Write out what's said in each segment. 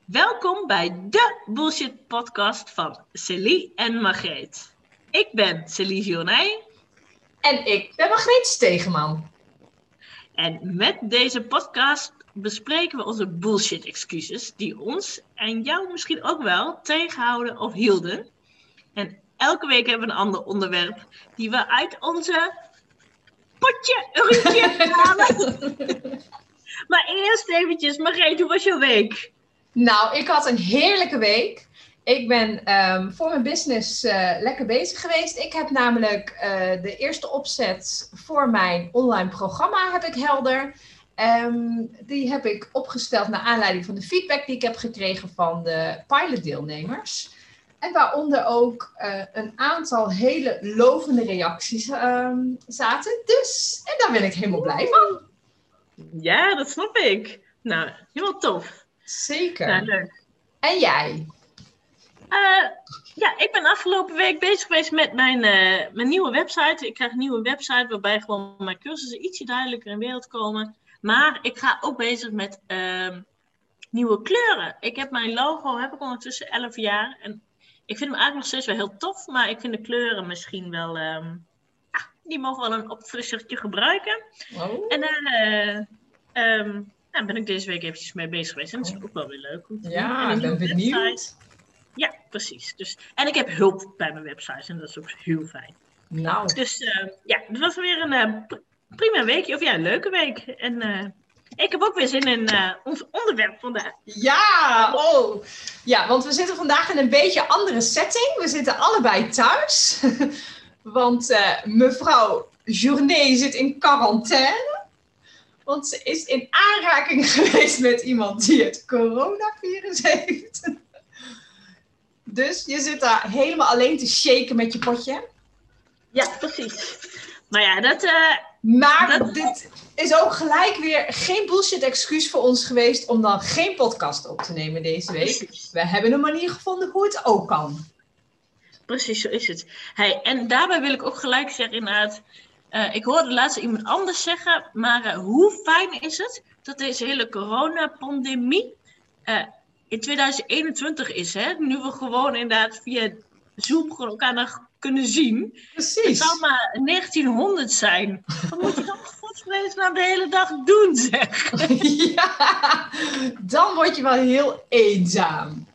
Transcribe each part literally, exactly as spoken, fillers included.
Welkom bij de Bullshit podcast van Celie en Margreet. Ik ben Celie Gionij. En ik ben Margreet Stegeman. En met deze podcast bespreken we onze bullshit excuses die ons en jou misschien ook wel tegenhouden of hielden. En elke week hebben we een ander onderwerp die we uit onze potje urintje halen. Maar eerst eventjes, Margreet, hoe was jouw week? Nou, ik had een heerlijke week. Ik ben um, voor mijn business uh, lekker bezig geweest. Ik heb namelijk uh, de eerste opzet voor mijn online programma heb ik helder. Um, die heb ik opgesteld naar aanleiding van de feedback die ik heb gekregen van de pilotdeelnemers. En waaronder ook uh, een aantal hele lovende reacties um, zaten. Dus, en daar ben ik helemaal blij van. Ja, dat snap ik. Nou, heel tof. Zeker. Nou, leuk. En jij? Uh, ja, ik ben afgelopen week bezig geweest met mijn, uh, mijn nieuwe website. Ik krijg een nieuwe website waarbij gewoon mijn cursussen ietsje duidelijker in beeld komen. Maar ik ga ook bezig met uh, nieuwe kleuren. Ik heb mijn logo, heb ik ondertussen elf jaar. En ik vind hem eigenlijk nog steeds wel heel tof. Maar ik vind de kleuren misschien wel... Um, ah, die mogen wel een opfrissertje gebruiken. Oh. En uh, um, daar ben ik deze week eventjes mee bezig geweest. En dat is ook wel weer leuk. Om te ja, doen. ik ben benieuwd. Website. Ja, precies. Dus, en ik heb hulp bij mijn website en dat is ook heel fijn. Nou. Dus uh, ja, het was weer een uh, prima weekje. Of ja, een leuke week. En uh, ik heb ook weer zin in uh, ons onderwerp vandaag. Ja, oh. Ja, want we zitten vandaag in een beetje andere setting. We zitten allebei thuis. Want uh, mevrouw Journé zit in quarantaine. Want ze is in aanraking geweest met iemand die het coronavirus heeft. Dus je zit daar helemaal alleen te shaken met je potje. Ja, precies. Maar ja, dat... Uh, maar dat... dit is ook gelijk weer geen bullshit excuus voor ons geweest om dan geen podcast op te nemen deze week. Precies. We hebben een manier gevonden hoe het ook kan. Precies, zo is het. Hey, en daarbij wil ik ook gelijk zeggen inderdaad... Uh, ik hoorde laatst iemand anders zeggen, maar uh, hoe fijn is het dat deze hele coronapandemie uh, in twintig eenentwintig is, hè? Nu we gewoon inderdaad via Zoom gewoon elkaar nog kunnen zien. Precies. Het zal maar negentienhonderd zijn. Wat moet je dan godsvrees nou de hele dag doen, zeg? Ja, dan word je wel heel eenzaam.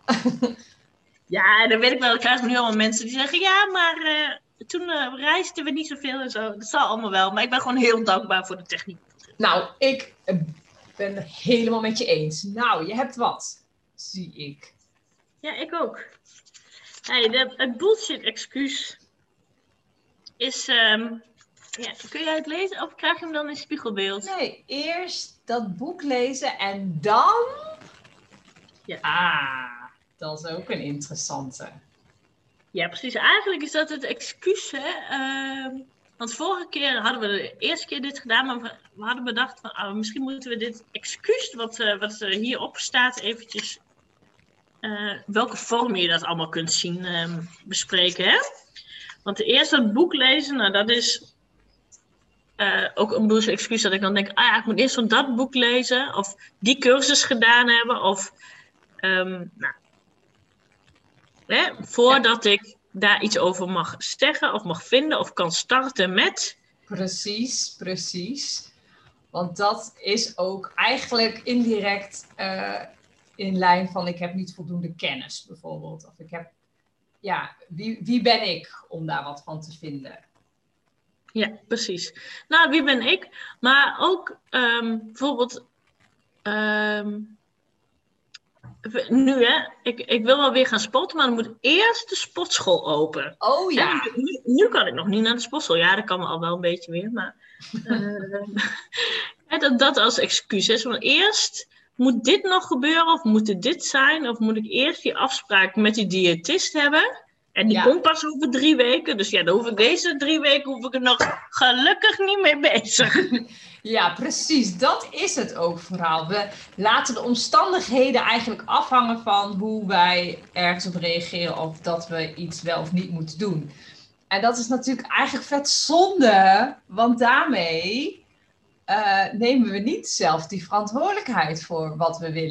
Ja, dan weet ik wel, ik krijg nu allemaal mensen die zeggen, ja, maar... Uh, Toen uh, reisden we niet zoveel en zo. Dat zal allemaal wel. Maar ik ben gewoon heel dankbaar voor de techniek. Nou, ik ben het helemaal met je eens. Nou, je hebt wat. Zie ik. Ja, ik ook. Hey, de, het bullshit excuus is... Um, ja, kun jij het lezen of krijg je hem dan in spiegelbeeld? Nee, eerst dat boek lezen en dan... Ja. Ah, dat is ook een interessante. Ja, precies. Eigenlijk is dat het excuus, hè. Uh, want vorige keer hadden we de eerste keer dit gedaan, maar we, we hadden bedacht van, oh, misschien moeten we dit excuus, wat, uh, wat er hierop staat, eventjes, uh, welke vorm je dat allemaal kunt zien, uh, bespreken, hè. Want de eerste het boek lezen, nou, dat is uh, ook een bullshit excuus dat ik dan denk, ah ja, ik moet eerst van dat boek lezen, of die cursus gedaan hebben, of, um, nou, Hè, voordat ja. ik daar iets over mag zeggen of mag vinden of kan starten met... Precies, precies. Want dat is ook eigenlijk indirect uh, in lijn van ik heb niet voldoende kennis bijvoorbeeld. Of ik heb, ja, wie, wie ben ik om daar wat van te vinden? Ja, precies. Nou, wie ben ik? Maar ook um, bijvoorbeeld... Um, Nu, hè. Ik, ik wil wel weer gaan sporten, maar dan moet eerst de sportschool open. Oh ja. En nu, nu kan ik nog niet naar de sportschool. Ja, dat kan me al wel een beetje weer, maar... Uh, dat, dat als excuus is. Want eerst moet dit nog gebeuren, of moet het dit zijn? Of moet ik eerst die afspraak met die diëtist hebben? En die ja. komt pas over drie weken. Dus ja, dan hoef ik deze drie weken hoef ik er nog gelukkig niet mee bezig. Ja, precies. Dat is het ook vooral. We laten de omstandigheden eigenlijk afhangen van hoe wij ergens op reageren of dat we iets wel of niet moeten doen. En dat is natuurlijk eigenlijk vet zonde, want daarmee uh, nemen we niet zelf die verantwoordelijkheid voor wat we willen.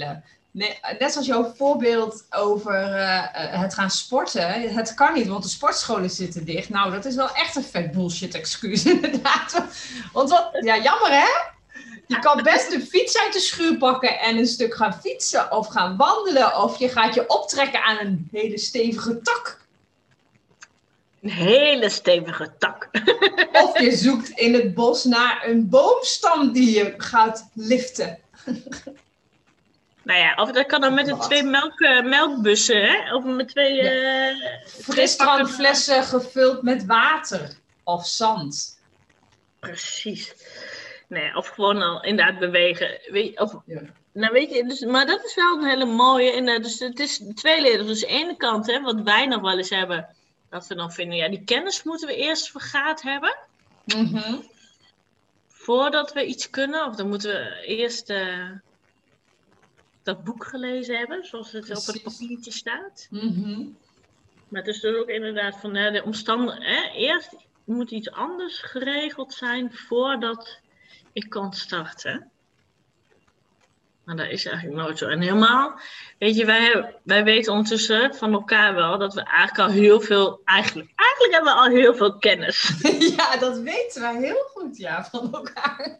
Nee, net zoals jouw voorbeeld over uh, het gaan sporten. Het kan niet, want de sportscholen zitten dicht. Nou, dat is wel echt een vet bullshit excuus, inderdaad. Want wat, ja, jammer hè? Je kan best de fiets uit de schuur pakken en een stuk gaan fietsen of gaan wandelen. Of je gaat je optrekken aan een hele stevige tak. Een hele stevige tak. Of je zoekt in het bos naar een boomstam die je gaat liften. Nou ja, of dat kan dan met de twee melk, uh, melkbussen, hè? Of met twee... Uh, ja. Frisdrankflessen gevuld met water of zand. Precies. Nee, of gewoon al inderdaad bewegen. Weet, of, ja. Nou weet je, dus, maar dat is wel een hele mooie. Inderdaad, dus het is tweeledig. Dus aan de ene kant, hè, wat wij nog wel eens hebben, dat we dan vinden, ja, die kennis moeten we eerst vergaat hebben. Mm-hmm. Voordat we iets kunnen. Of dan moeten we eerst uh, dat boek gelezen hebben, zoals het Precies. op het papiertje staat. Mm-hmm. Maar het is dus ook inderdaad van hè, de omstandigheden. Eerst moet iets anders geregeld zijn voordat ik kan starten. Maar dat is eigenlijk nooit zo. En helemaal, weet je, wij, wij weten ondertussen van elkaar wel dat we eigenlijk al heel veel, eigenlijk, eigenlijk hebben we al heel veel kennis. Ja, dat weten wij heel goed, ja, van elkaar.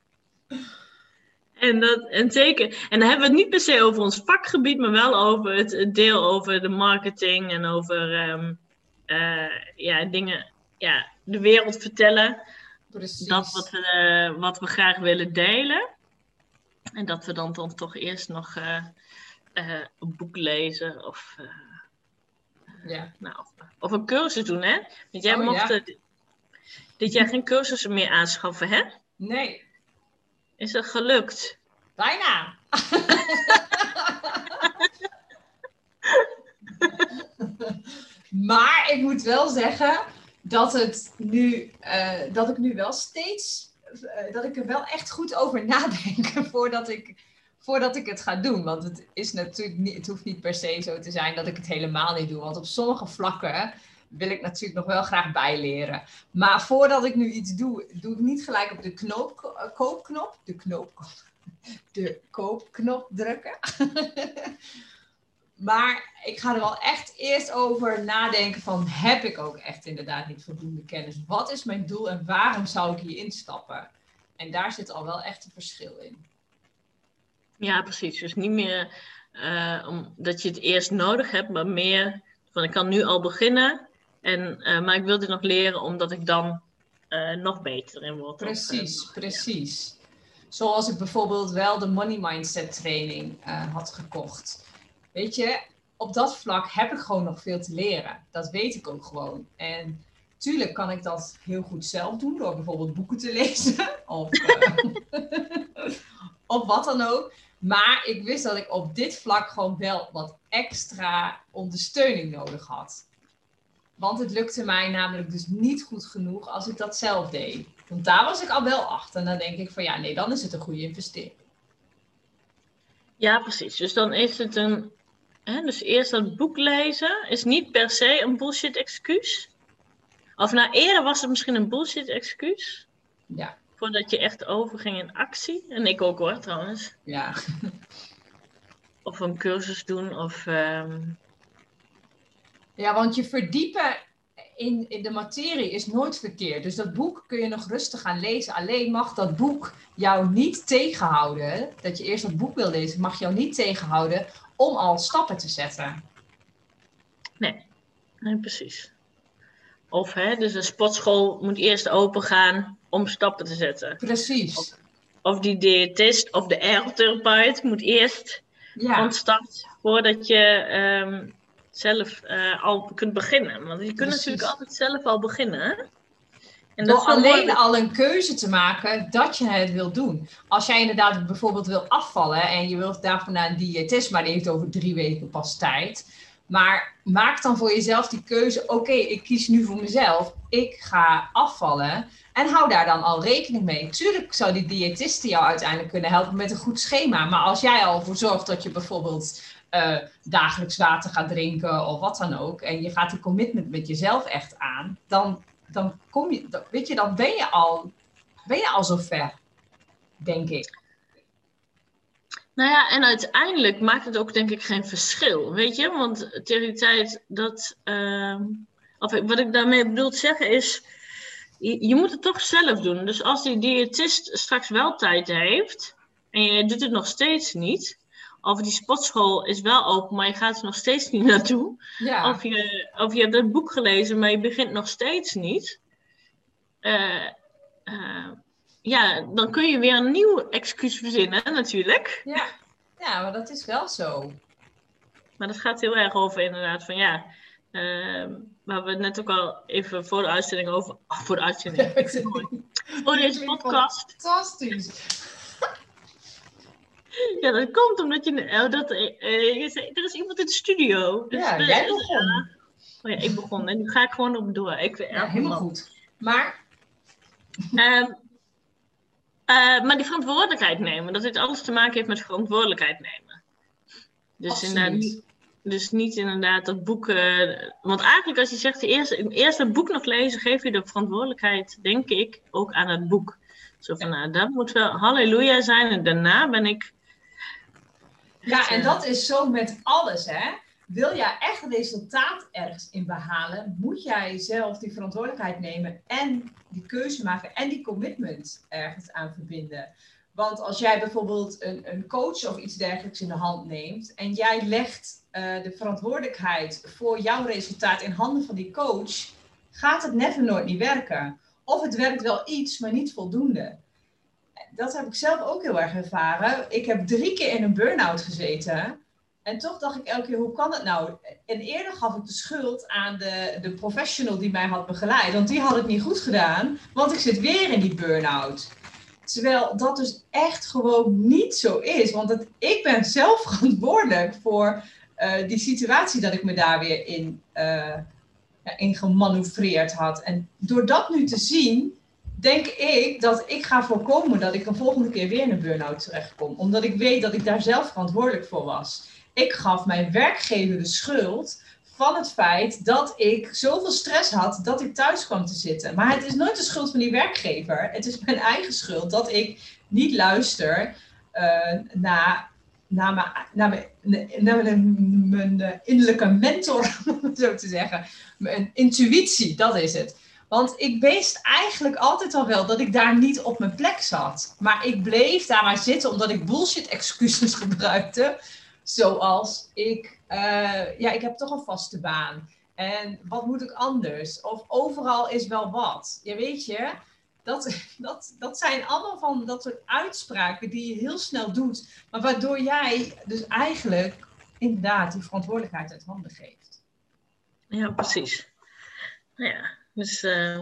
En, dat, en zeker, en dan hebben we het niet per se over ons vakgebied, maar wel over het, het deel over de marketing en over um, uh, ja, dingen, ja, de wereld vertellen. Precies. Dat wat we, uh, wat we graag willen delen. En dat we dan, dan toch eerst nog uh, uh, een boek lezen of, uh, ja. nou, of, of een cursus doen, hè? Want jij oh, mocht ja. uh, dit jaar geen cursussen meer aanschaffen, hè? Nee. Is dat gelukt? Bijna. Maar ik moet wel zeggen dat, het nu, uh, dat ik nu wel steeds... Uh, dat ik er wel echt goed over nadenk voordat ik, voordat ik het ga doen. Want het, is natuurlijk niet, het hoeft niet per se zo te zijn dat ik het helemaal niet doe. Want op sommige vlakken wil ik natuurlijk nog wel graag bijleren. Maar voordat ik nu iets doe, doe ik niet gelijk op de knoop, uh, koopknop. De knoopknop. De koopknop drukken. Maar ik ga er wel echt eerst over nadenken van, heb ik ook echt inderdaad niet voldoende kennis? Wat is mijn doel en waarom zou ik hier instappen? En daar zit al wel echt een verschil in. Ja, precies. Dus niet meer uh, om, dat je het eerst nodig hebt, maar meer van ik kan nu al beginnen. En, uh, maar ik wil dit nog leren omdat ik dan uh, nog beter in word. Precies, of, uh, precies. Ja. Zoals ik bijvoorbeeld wel de Money Mindset training uh, had gekocht. Weet je, op dat vlak heb ik gewoon nog veel te leren. Dat weet ik ook gewoon. En tuurlijk kan ik dat heel goed zelf doen door bijvoorbeeld boeken te lezen. Of, uh, of wat dan ook. Maar ik wist dat ik op dit vlak gewoon wel wat extra ondersteuning nodig had. Want het lukte mij namelijk dus niet goed genoeg als ik dat zelf deed. Want daar was ik al wel achter. En dan denk ik van ja, nee, dan is het een goede investering. Ja, precies. Dus dan is het een... Hè, dus eerst dat boek lezen is niet per se een bullshit excuus. Of nou, eerder was het misschien een bullshit excuus. Ja. Voordat je echt overging in actie. En ik ook hoor, trouwens. Ja. Of een cursus doen, of... Um... Ja, want je verdiepen in, in de materie is nooit verkeerd. Dus dat boek kun je nog rustig gaan lezen. Alleen mag dat boek jou niet tegenhouden. Dat je eerst dat boek wil lezen, mag jou niet tegenhouden om al stappen te zetten. Nee, nee precies. Of hè, dus een sportschool moet eerst open gaan om stappen te zetten. Precies. Of, of die diëtist of de ergotherapeut moet eerst ja. van start voordat je um, zelf uh, al kunt beginnen. Want je kunt Precies. natuurlijk altijd zelf al beginnen. Hè? En Door dat is alleen mooi. al een keuze te maken dat je het wil doen. Als jij inderdaad bijvoorbeeld wil afvallen en je wilt daarvoor naar een diëtist, maar die heeft over drie weken pas tijd. Maar maak dan voor jezelf die keuze, oké, okay, ik kies nu voor mezelf, ik ga afvallen en hou daar dan al rekening mee. Tuurlijk zou die diëtiste jou uiteindelijk kunnen helpen met een goed schema, maar als jij al voor zorgt dat je bijvoorbeeld uh, dagelijks water gaat drinken of wat dan ook, en je gaat die commitment met jezelf echt aan, dan, dan kom je, dan, weet je, dan ben je al, ben je al zo ver, denk ik. Nou ja, en uiteindelijk maakt het ook denk ik geen verschil, weet je? Want tegen die tijd dat... Uh, of wat ik daarmee bedoel te zeggen is... Je, je moet het toch zelf doen. Dus als die diëtist straks wel tijd heeft... en je doet het nog steeds niet... of die sportschool is wel open, maar je gaat er nog steeds niet naartoe... Ja. Of, je, of je hebt het boek gelezen, maar je begint nog steeds niet... Uh, uh, ja, dan kun je weer een nieuw excuus verzinnen natuurlijk... Ja. Ja, maar dat is wel zo. Maar dat gaat heel erg over inderdaad van ja, uh, waar we het net ook al even voor de uitzending over, oh, voor de uitzending, voor deze podcast. Fantastisch. Ja, dat komt omdat je, uh, dat, uh, je zei, er is iemand in de studio. Dus, ja, uh, jij begon. Uh, oh ja, ik begon en nu ga ik gewoon op door. Ik, ja, ja, helemaal goed. Maar... Uh, uh, maar die verantwoordelijkheid nemen, dat dit alles te maken heeft met verantwoordelijkheid nemen. Dus inderdaad, dus niet inderdaad dat boek... Uh, want eigenlijk als je zegt, eerst, eerst het boek nog lezen... geef je de verantwoordelijkheid, denk ik, ook aan het boek. Zo van, ja. nou, dat moet wel halleluja zijn. En daarna ben ik... Ja, en dat is zo met alles, hè. Wil jij echt resultaat ergens in behalen... moet jij zelf die verantwoordelijkheid nemen... en die keuze maken en die commitment ergens aan verbinden... Want als jij bijvoorbeeld een, een coach of iets dergelijks in de hand neemt... en jij legt uh, de verantwoordelijkheid voor jouw resultaat in handen van die coach... gaat het never nooit niet werken. Of het werkt wel iets, maar niet voldoende. Dat heb ik zelf ook heel erg ervaren. Ik heb drie keer in een burn-out gezeten... En toch dacht ik elke keer, hoe kan het nou? En eerder gaf ik de schuld aan de, de professional die mij had begeleid. Want die had het niet goed gedaan, want ik zit weer in die burn-out. Terwijl dat dus echt gewoon niet zo is. Want het, ik ben zelf verantwoordelijk voor uh, die situatie dat ik me daar weer in, uh, ja, in gemanoeuvreerd had. En door dat nu te zien, denk ik dat ik ga voorkomen dat ik een volgende keer weer in een burn-out terechtkom. Omdat ik weet dat ik daar zelf verantwoordelijk voor was. Ik gaf mijn werkgever de schuld van het feit dat ik zoveel stress had dat ik thuis kwam te zitten. Maar het is nooit de schuld van die werkgever. Het is mijn eigen schuld dat ik niet luister uh, naar, naar, mijn, naar, mijn, naar mijn, mijn innerlijke mentor, om het zo te zeggen. Mijn intuïtie, dat is het. Want ik wist eigenlijk altijd al wel dat ik daar niet op mijn plek zat. Maar ik bleef daar maar zitten omdat ik bullshit excuses gebruikte. Zoals ik, uh, ja, ik heb toch een vaste baan. En wat moet ik anders? Of overal is wel wat. Ja, weet je, dat, dat, dat zijn allemaal van dat soort uitspraken die je heel snel doet. Maar waardoor jij dus eigenlijk inderdaad die verantwoordelijkheid uit handen geeft. Ja, precies. Ja, dus... Uh...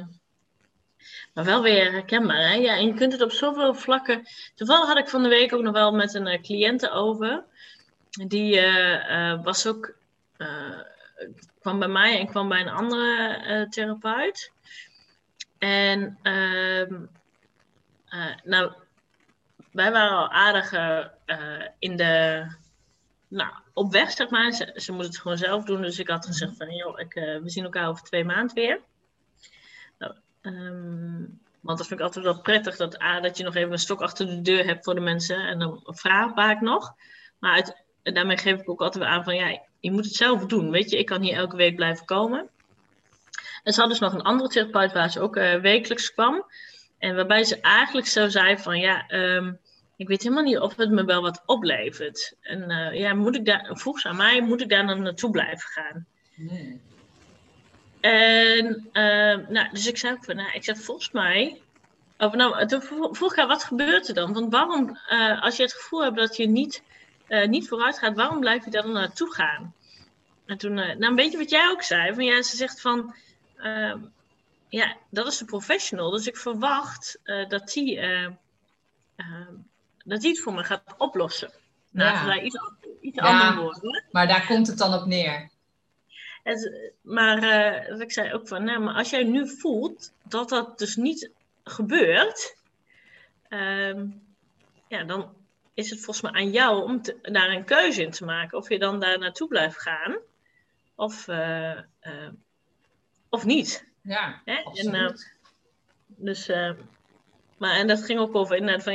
Maar wel weer herkenbaar, hè? Ja, en je kunt het op zoveel vlakken... Toevallig had ik van de week ook nog wel met een uh, cliënte over... Die uh, uh, was ook, uh, kwam bij mij en kwam bij een andere uh, therapeut. En uh, uh, nou, wij waren al aardig uh, in de, nou, op weg, zeg maar. Ze, ze moest het gewoon zelf doen, dus ik had gezegd van, joh, ik, uh, we zien elkaar over twee maanden weer. Nou, um, want dat vind ik altijd wel prettig, dat, ah, dat je nog even een stok achter de deur hebt voor de mensen. En dan vraag vaak nog. Maar uit, en daarmee geef ik ook altijd weer aan van, ja, je moet het zelf doen. Weet je, ik kan hier elke week blijven komen. En ze had dus nog een andere therapeut waar ze ook uh, wekelijks kwam. En waarbij ze eigenlijk zo zei van, ja, um, ik weet helemaal niet of het me wel wat oplevert. En uh, ja, moet ik daar, vroeg ze aan mij, moet ik daar dan naartoe blijven gaan? Nee. En, uh, nou, dus ik zei ook van, nou, ik zeg volgens mij... Of, nou, toen vroeg ik haar, wat gebeurt er dan? Want waarom, uh, als je het gevoel hebt dat je niet... Uh, niet vooruit gaat, waarom blijf je daar dan naartoe gaan? En toen, uh, nou een beetje wat jij ook zei, van ja, ze zegt van, uh, ja, dat is de professional, dus ik verwacht uh, dat die, uh, uh, dat die het voor me gaat oplossen. Nou, ja. dat is iets, iets ja, andere woorden. Maar daar komt het dan op neer. Het, maar uh, ik zei ook van, nou, maar als jij nu voelt dat dat dus niet gebeurt, uh, ja, dan is het volgens mij aan jou om te, daar een keuze in te maken. Of je dan daar naartoe blijft gaan. Of, uh, uh, of niet. Ja, Hè? absoluut. En, uh, dus, uh, maar, en dat ging ook over inderdaad van ja...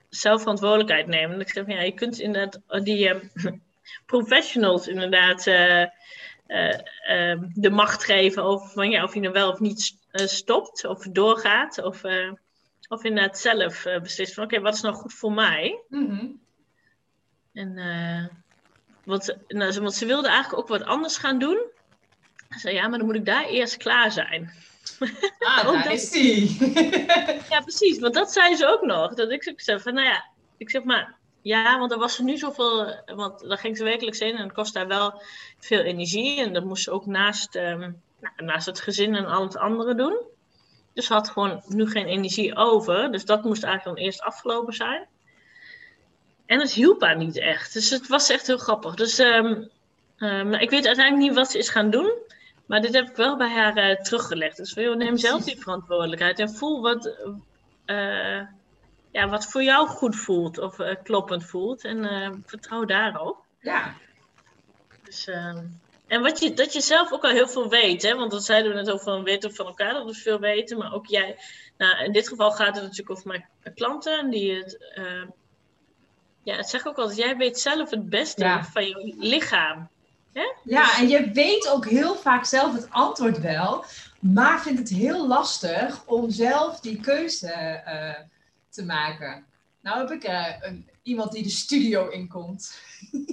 zelfverantwoordelijkheid nemen. En ik zeg van ja, je kunt inderdaad die uh, professionals inderdaad uh, uh, uh, de macht geven over van ja, of je nou wel of niet uh, stopt of doorgaat. Of, uh, of inderdaad zelf uh, beslist van oké, okay, wat is nou goed voor mij? Mm-hmm. En uh, want, nou, want ze wilde eigenlijk ook wat anders gaan doen. Ze zei ja, maar dan moet ik daar eerst klaar zijn. Ah, daar dat... is die. Ja, precies. Want dat zei ze ook nog. Dat ik zei van, nou ja, ik zeg maar, ja, want er was er nu zoveel, want daar ging ze wekelijks in en het kost daar wel veel energie. En dat moest ze ook naast, um, nou, naast het gezin en al het andere doen. Dus ze had gewoon nu geen energie over. Dus dat moest eigenlijk dan eerst afgelopen zijn. En het hielp haar niet echt. Dus het was echt heel grappig. Dus um, um, ik weet uiteindelijk niet wat ze is gaan doen. Maar dit heb ik wel bij haar uh, teruggelegd. Dus joh, neem zelf die verantwoordelijkheid. En voel wat, uh, ja, wat voor jou goed voelt. Of uh, kloppend voelt. En uh, vertrouw daarop. Ja. Dus, uh, en wat je, dat je zelf ook al heel veel weet. Hè? Want dat zeiden we net over van weten van elkaar. Dat we veel weten. Maar ook jij. Nou, in dit geval gaat het natuurlijk over mijn klanten. Die het... Uh, ja, het zeg ook altijd. Jij weet zelf het beste ja. van je lichaam. Hè? Ja, dus... en je weet ook heel vaak zelf het antwoord wel, maar vindt het heel lastig om zelf die keuze uh, te maken. Nou heb ik uh, een, iemand die de studio inkomt.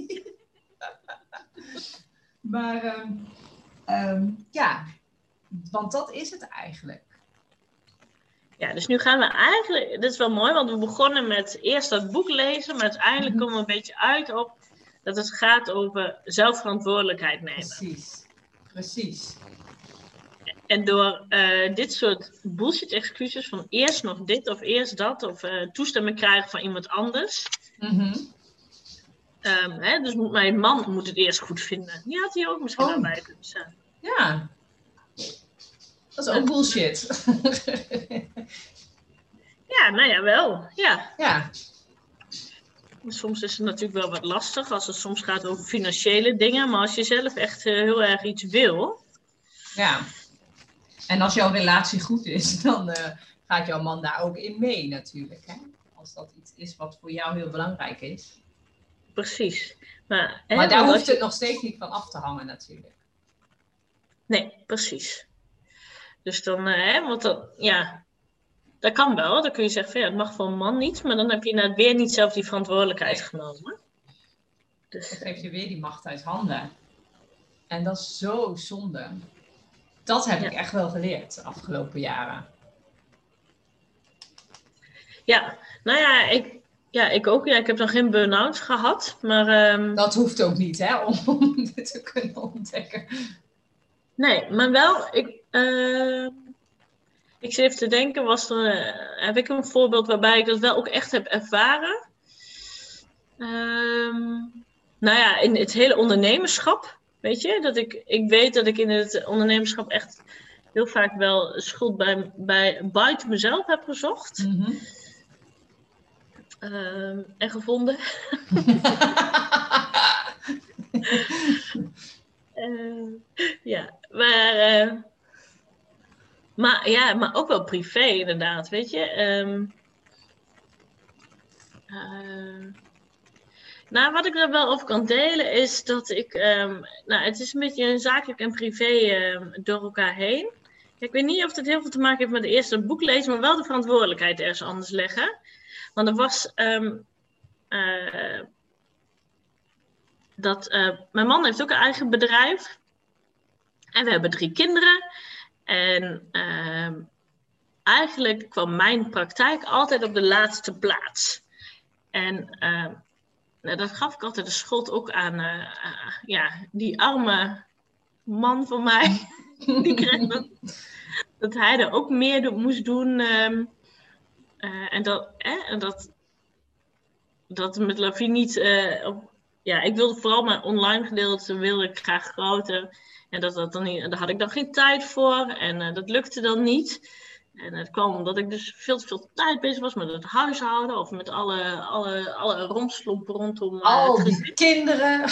maar um, um, ja, want dat is het eigenlijk. Ja, dus nu gaan we eigenlijk, dit is wel mooi, want we begonnen met eerst dat boek lezen, maar uiteindelijk mm-hmm. komen we een beetje uit op dat het gaat over zelfverantwoordelijkheid nemen. Precies, precies. En door uh, dit soort bullshit excuses van eerst nog dit of eerst dat of uh, toestemming krijgen van iemand anders. Mm-hmm. Um, hè, dus mijn man moet het eerst goed vinden. Die had hij ook misschien oh. bij kunnen zijn. Ja, dat is ook bullshit. Ja, nou ja, wel. Ja. Ja. Soms is het natuurlijk wel wat lastig als het soms gaat over financiële dingen. Maar als je zelf echt uh, heel erg iets wil. Ja. En als jouw relatie goed is, dan uh, gaat jouw man daar ook in mee natuurlijk. Hè? Als dat iets is wat voor jou heel belangrijk is. Precies. Maar, maar hè, daar hoeft je... het nog steeds niet van af te hangen natuurlijk. Nee, precies. Dus dan, uh, hè, want dan, ja... Dat kan wel, dan kun je zeggen van ja, het mag voor een man niet, maar dan heb je nou weer niet zelf die verantwoordelijkheid nee. genomen. Dus dan geef je weer die macht uit handen. En dat is zo zonde. Dat heb ja. ik echt wel geleerd de afgelopen jaren. Ja, nou ja, ik, ja, ik ook. Ja, ik heb nog geen burn-out gehad, maar... Um... Dat hoeft ook niet, hè, om, om dit te kunnen ontdekken. Nee, maar wel, ik... Uh... Ik zit even te denken, was er, uh, heb ik een voorbeeld waarbij ik dat wel ook echt heb ervaren. Um, nou ja, in het hele ondernemerschap, weet je. Dat ik, ik weet dat ik in het ondernemerschap echt heel vaak wel schuld bij, bij buiten mezelf heb gezocht. Mm-hmm. Um, en gevonden. uh, ja, maar... Uh, Maar ja, maar ook wel privé inderdaad, weet je. Um, uh, nou, wat ik er wel over kan delen is dat ik... Um, nou, het is een beetje zakelijk en privé um, door elkaar heen. Ik weet niet of het heel veel te maken heeft met de eerste boek lezen, maar wel de verantwoordelijkheid ergens anders leggen. Want er was... Um, uh, dat, uh, mijn man heeft ook een eigen bedrijf. En we hebben drie kinderen. En uh, eigenlijk kwam mijn praktijk altijd op de laatste plaats. En uh, nou, dat gaf ik altijd de schuld ook aan uh, uh, ja, die arme man van mij. Die kreeg dat, dat hij er ook meer do- moest doen. Um, uh, en dat, eh, en dat, dat met Lavie niet... Uh, op, ja, ik wilde vooral mijn online gedeelte wilde ik graag groter. En dat, dat dan niet, daar had ik dan geen tijd voor. En uh, dat lukte dan niet. En het kwam omdat ik dus veel te veel tijd bezig was met het huishouden. Of met alle, alle, alle romslomp rondom... Uh, Al die kinderen.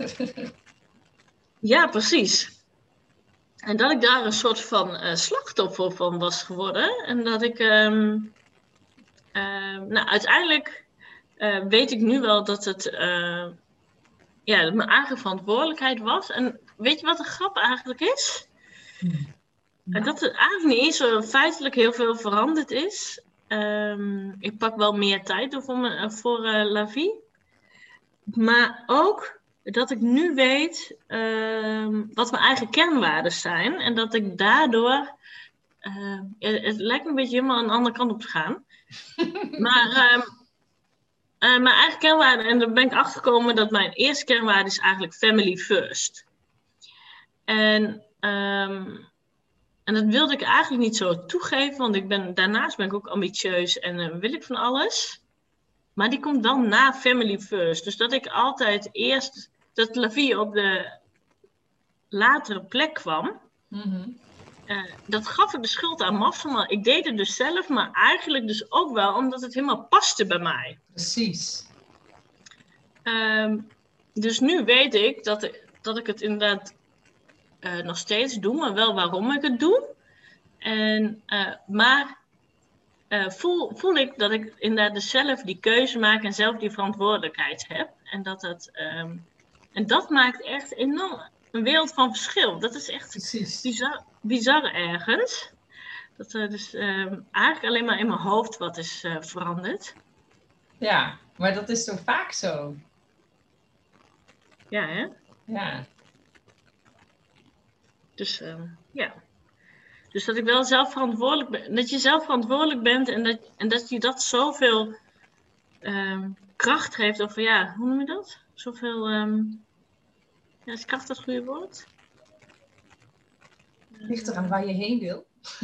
Ja, precies. En dat ik daar een soort van uh, slachtoffer van was geworden. En dat ik... Um, uh, nou, uiteindelijk uh, weet ik nu wel dat het uh, ja, mijn eigen verantwoordelijkheid was. En weet je wat de grap eigenlijk is? Hmm. Nou. Dat het eigenlijk niet eens zo feitelijk heel veel veranderd is. Um, ik pak wel meer tijd voor, me, voor uh, La Vie. Maar ook dat ik nu weet uh, wat mijn eigen kernwaarden zijn. En dat ik daardoor... Uh, het, het lijkt me een beetje helemaal aan de andere kant op te gaan. maar uh, uh, mijn eigen kernwaarden... En daar ben ik achtergekomen dat mijn eerste kernwaarde is eigenlijk family first. En... Um, En dat wilde ik eigenlijk niet zo toegeven, want ik ben, daarnaast ben ik ook ambitieus en uh, wil ik van alles. Maar die komt dan na family first. Dus dat ik altijd eerst, dat La Vie op de latere plek kwam. Mm-hmm. Uh, dat gaf ik de schuld aan Massimo. Ik deed het dus zelf, maar eigenlijk dus ook wel omdat het helemaal paste bij mij. Precies. Um, dus nu weet ik dat, dat ik het inderdaad... Uh, nog steeds doe, maar wel waarom ik het doe. En, uh, maar uh, voel, voel ik dat ik inderdaad dus zelf die keuze maak en zelf die verantwoordelijkheid heb. En dat, dat, um, en dat maakt echt enorm een wereld van verschil. Dat is echt bizar, bizar ergens. Dat er dus um, eigenlijk alleen maar in mijn hoofd wat is uh, veranderd. Ja, maar dat is zo vaak zo. Ja, hè? Ja. Dus um, ja. Dus dat ik wel zelf verantwoordelijk ben. Dat je zelf verantwoordelijk bent en dat, en dat je dat zoveel um, kracht geeft. Of ja, hoe noem je dat? Zoveel. Um, ja, is kracht dat goede woord? Ligt eraan waar je heen wil.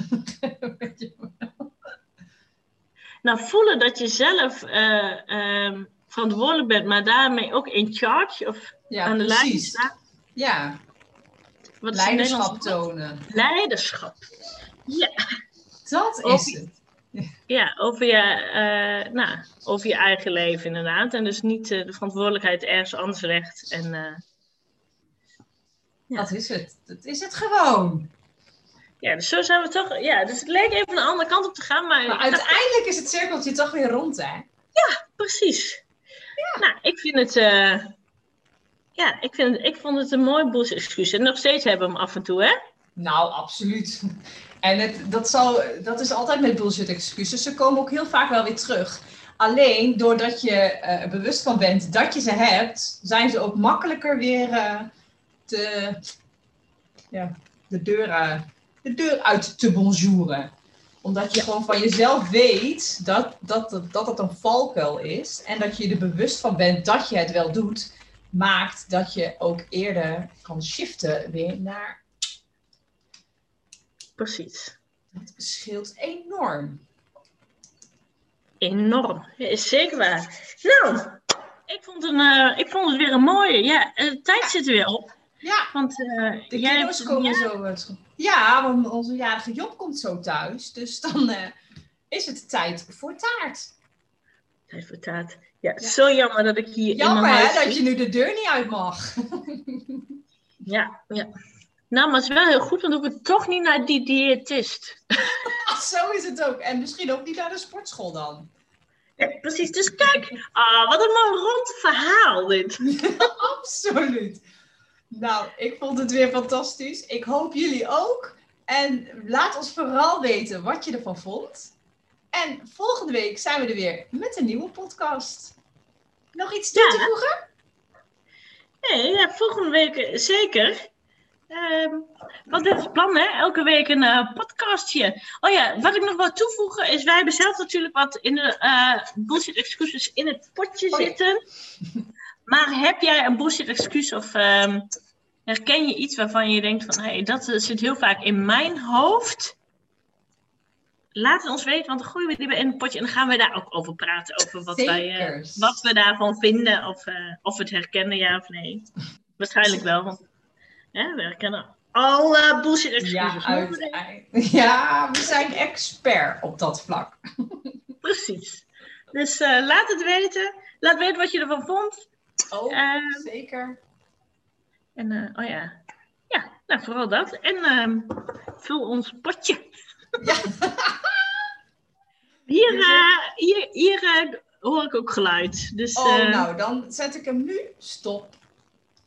Nou, voelen dat je zelf uh, um, verantwoordelijk bent, maar daarmee ook in charge of ja, aan de precies. lijn staat. Ja. Wat Leiderschap tonen. Leiderschap. Ja. Dat is over, het. Ja, ja over, je, uh, nou, over je eigen leven inderdaad. En dus niet uh, de verantwoordelijkheid ergens anders legt. En, uh, ja. Dat is het. Dat is het gewoon. Ja, dus zo zijn we toch... Ja, dus het leek even een andere kant op te gaan, maar... Maar uiteindelijk is het cirkeltje toch weer rond, hè? Ja, precies. Ja. Nou, ik vind het... Uh, Ja, ik, vind, ik vond het een mooi bullshit excuus. En nog steeds hebben we hem af en toe, hè? Nou, absoluut. En het, dat, zal, dat is altijd met bullshit excuses. Ze komen ook heel vaak wel weer terug. Alleen, doordat je er uh, bewust van bent dat je ze hebt, zijn ze ook makkelijker weer uh, te, ja, de, deur, uh, de deur uit te bonjouren. Omdat je ja. gewoon van jezelf weet dat, dat, dat het een valkuil is. En dat je er bewust van bent dat je het wel doet. Maakt dat je ook eerder kan shiften weer naar... Precies. Dat scheelt enorm. Enorm. Ja, is zeker waar. Nou, ik vond, een, uh, ik vond het weer een mooie. Ja, de tijd zit er weer op. Ja, want uh, de jij kiddo's komen ja. zo... Ja, want onze jarige Job komt zo thuis. Dus dan uh, is het tijd voor taart. Tijd voor taart. Ja, ja, zo jammer dat ik hier jammer, in mijn huis... Jammer hè, dat je nu de deur niet uit mag. ja, ja. Nou, maar het is wel heel goed, want dan hoef ik toch niet naar die diëtist. Zo is het ook. En misschien ook niet naar de sportschool dan. Ja, precies. Dus kijk, ah, wat een mooi rond verhaal dit. Absoluut. Nou, ik vond het weer fantastisch. Ik hoop jullie ook. En laat ons vooral weten wat je ervan vond. En volgende week zijn we er weer met een nieuwe podcast. Nog iets toe ja. te voegen? Nee, ja, volgende week zeker. Um, wat is het plan, hè? Elke week een uh, podcastje. Oh ja, wat ik nog wil toevoegen is... Wij hebben zelf natuurlijk wat in de uh, bullshit excuses in het potje oh, zitten. Ja. Maar heb jij een bullshit excuus of um, herken je iets waarvan je denkt van... Hé, hey, dat uh, zit heel vaak in mijn hoofd. Laat het ons weten, want dan gooien we die weer in het potje. En dan gaan we daar ook over praten. Over wat, wij, uh, wat we daarvan vinden. Of, uh, of we het herkennen, ja of nee. Waarschijnlijk wel, want... Ja, we herkennen alle bullshit excuses. Ja, uit, ja, we zijn expert op dat vlak. Precies. Dus uh, laat het weten. Laat weten wat je ervan vond. Oh, uh, zeker. En, uh, oh ja. Ja, nou vooral dat. En uh, vul ons potje. Ja. hier, uh, hier, hier uh, hoor ik ook geluid. Dus, Oh, uh... nou, dan zet ik hem nu stop.